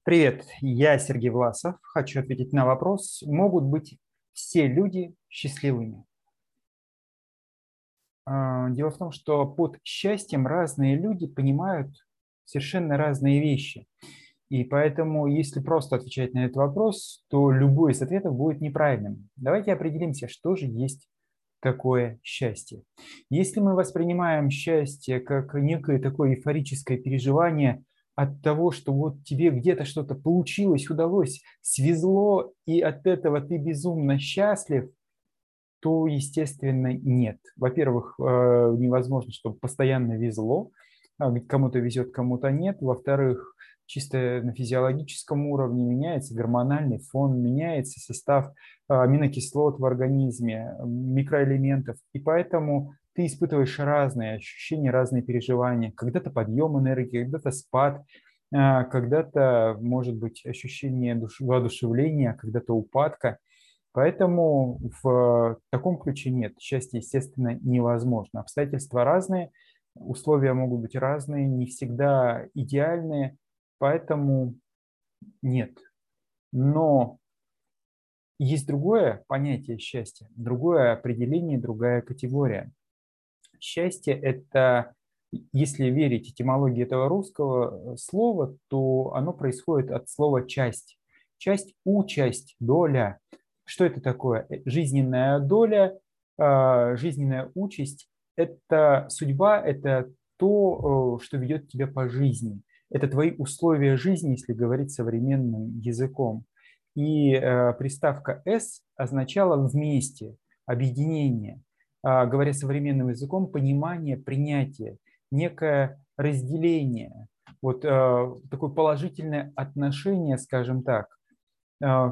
Привет, я Сергей Власов. Хочу ответить на вопрос, могут быть все люди счастливыми? Дело в том, что под счастьем разные люди понимают совершенно разные вещи. И поэтому, если просто отвечать на этот вопрос, то любой из ответов будет неправильным. Давайте определимся, что же есть такое счастье. Если мы воспринимаем счастье как некое такое эйфорическое переживание от того, что вот тебе где-то что-то получилось, удалось, свезло, и от этого ты безумно счастлив, то, естественно, нет. Во-первых, невозможно, чтобы постоянно везло, кому-то везет, кому-то нет. Во-вторых, чисто на физиологическом уровне меняется гормональный фон, меняется состав аминокислот в организме, микроэлементов. И поэтому ты испытываешь разные ощущения, разные переживания. Когда-то подъем энергии, когда-то спад, когда-то, может быть, ощущение воодушевления, когда-то упадка. Поэтому в таком ключе нет. Счастье, естественно, невозможно. Обстоятельства разные, условия могут быть разные, не всегда идеальные, поэтому нет. Но есть другое понятие счастья, другое определение, другая категория. Счастье – это, если верить этимологии этого русского слова, то оно происходит от слова «часть». Часть, участь, доля. Что это такое? Жизненная доля, жизненная участь – это судьба, это то, что ведет тебя по жизни. Это твои условия жизни, если говорить современным языком. И приставка «с» означала «вместе», «объединение». Говоря современным языком, понимание, принятие, некое разделение, вот такое положительное отношение, скажем так. А,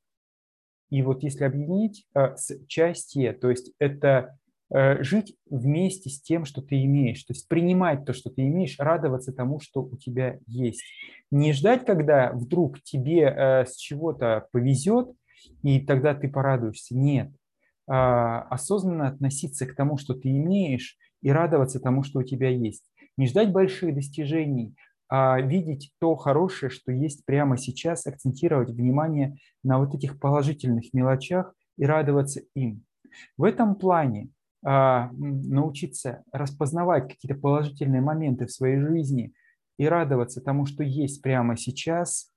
И вот если объединить с счастье, то есть это жить вместе с тем, что ты имеешь, то есть принимать то, что ты имеешь, радоваться тому, что у тебя есть. Не ждать, когда вдруг тебе с чего-то повезет, и тогда ты порадуешься. Нет. Осознанно относиться к тому, что ты имеешь, и радоваться тому, что у тебя есть. Не ждать больших достижений, а видеть то хорошее, что есть прямо сейчас, акцентировать внимание на вот этих положительных мелочах и радоваться им. В этом плане научиться распознавать какие-то положительные моменты в своей жизни и радоваться тому, что есть прямо сейчас,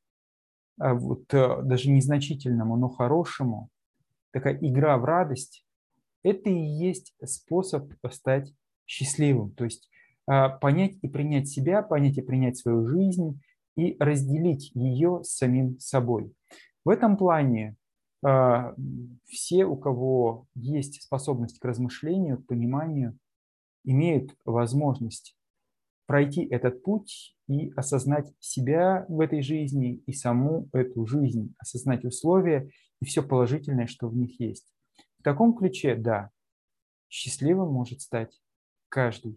даже незначительному, но хорошему, такая игра в радость, это и есть способ стать счастливым. То есть понять и принять себя, понять и принять свою жизнь и разделить ее с самим собой. В этом плане все, у кого есть способность к размышлению, к пониманию, имеют возможность пройти этот путь и осознать себя в этой жизни и саму эту жизнь, осознать условия и все положительное, что в них есть. В таком ключе, да, счастливым может стать каждый.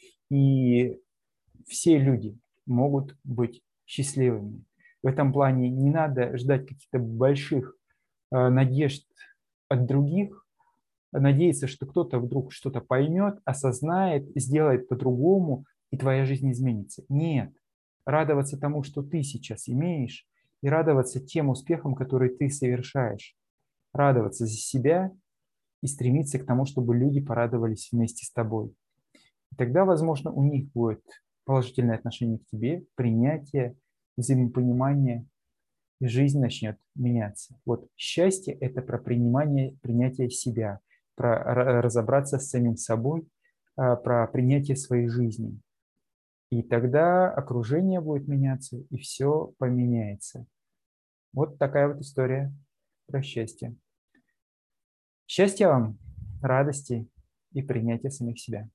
И все люди могут быть счастливыми. В этом плане не надо ждать каких-то больших надежд от других, надеяться, что кто-то вдруг что-то поймет, осознает, сделает по-другому, и твоя жизнь изменится. Нет. Радоваться тому, что ты сейчас имеешь, и радоваться тем успехам, которые ты совершаешь. Радоваться за себя и стремиться к тому, чтобы люди порадовались вместе с тобой. И тогда, возможно, у них будет положительное отношение к тебе, принятие, взаимопонимание, и жизнь начнет меняться. Вот счастье – это про принимание, принятие себя, про разобраться с самим собой, про принятие своей жизни. И тогда окружение будет меняться, и все поменяется. Вот такая вот история про счастье. Счастья вам, радости и принятия самих себя.